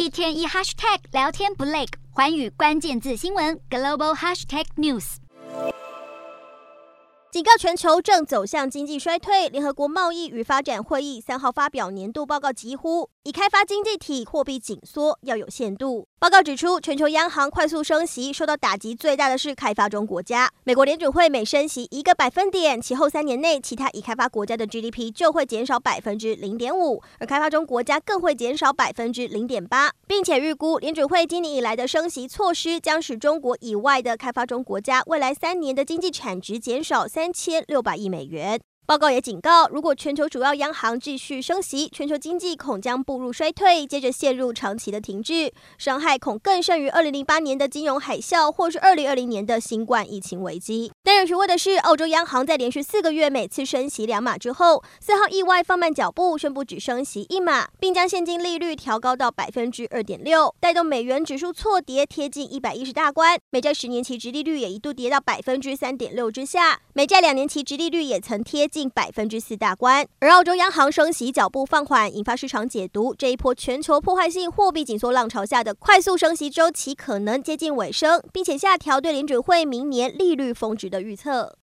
一天一 hashtag 聊天不累，寰宇关键字新闻 global hashtag news。 警告全球正走向经济衰退。联合国贸易与发展会议3号发表年度报告，疾呼已开发经济体货币紧缩要有限度。报告指出，全球央行快速升息，受到打击最大的是开发中国家。美国联准会每升息1个百分点，其后3年内，其他已开发国家的 GDP 就会减少0.5%，而开发中国家更会减少0.8%，并且预估联准会今年以来的升息措施将使中国以外的开发中国家未来3年的经济产值减少3600亿美元。报告也警告，如果全球主要央行继续升息，全球经济恐将步入衰退，接着陷入长期的停滞，伤害恐更甚于2008年的金融海啸，或是2020年的新冠疫情危机。耐人寻味的是，澳洲央行在连续4个月每次升息2码之后，4号意外放慢脚步，宣布只升息1码，并将现金利率调高到2.6%，带动美元指数错跌贴近110大关，美债10年期殖利率也一度跌到3.6%之下，美债2年期殖利率也曾贴近4%大关。而澳洲央行升息脚步放缓，引发市场解读这一波全球破坏性货币紧缩浪潮下的快速升息周期可能接近尾声，并且下调对联准会明年利率峰值的预测。